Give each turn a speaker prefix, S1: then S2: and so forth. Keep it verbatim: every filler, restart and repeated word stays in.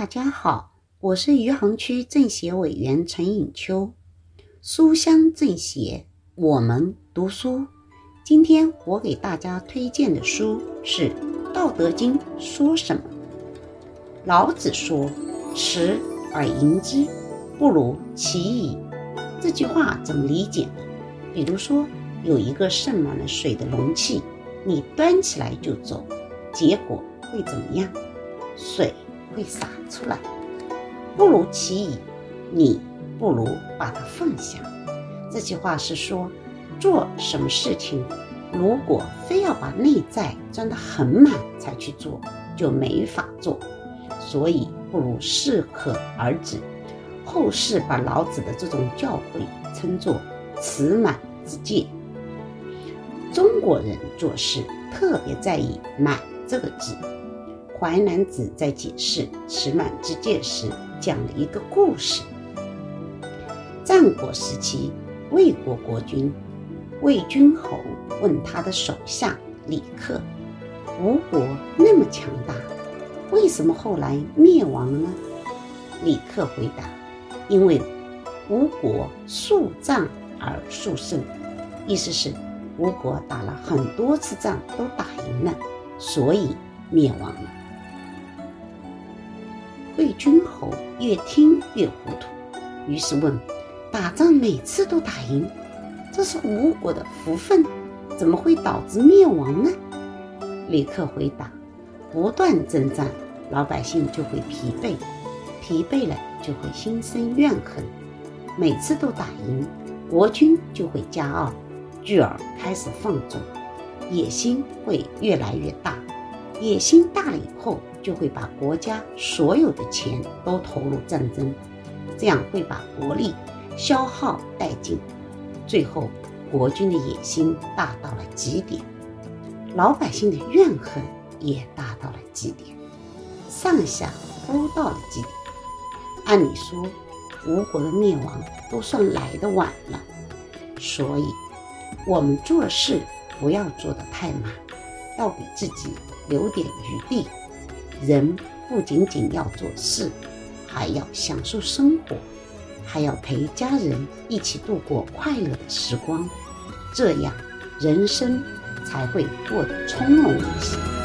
S1: 大家好，我是余杭区政协委员陈颖秋。书香政协，我们读书。今天我给大家推荐的书是《道德经》说什么。老子说：“持而盈之，不如弃矣。”这句话怎么理解呢？比如说，有一个盛满了水的容器，你端起来就走，结果会怎么样？水会洒出来。不如弃矣，你不如把它放下。这句话是说，做什么事情，如果非要把内在装得很满才去做，就没法做。所以不如适可而止。后世把老子的这种教诲称作持满之戒。中国人做事特别在意满这个字。淮南子在解释持满之戒时讲了一个故事。战国时期，魏国国君魏君侯问他的手下李克：吴国那么强大，为什么后来灭亡了呢？李克回答：因为吴国数战而数胜，意思是吴国打了很多次仗都打赢了，所以灭亡了。魏君侯越听越糊涂，于是问：打仗每次都打赢，这是吴国的福分，怎么会导致灭亡呢？李克回答：不断征战，老百姓就会疲惫，疲惫了就会心生怨恨，每次都打赢，国君就会骄傲，继而开始放纵，野心会越来越大，野心大了以后，就会把国家所有的钱都投入战争，这样会把国力消耗殆尽，最后国君的野心大到了极点，老百姓的怨恨也大到了极点，上下都到了极点。按理说，吴国的灭亡都算来得晚了，所以我们做事不要做得太满，要给自己留点余地。人不仅仅要做事，还要享受生活，还要陪家人一起度过快乐的时光，这样人生才会过得从容一些。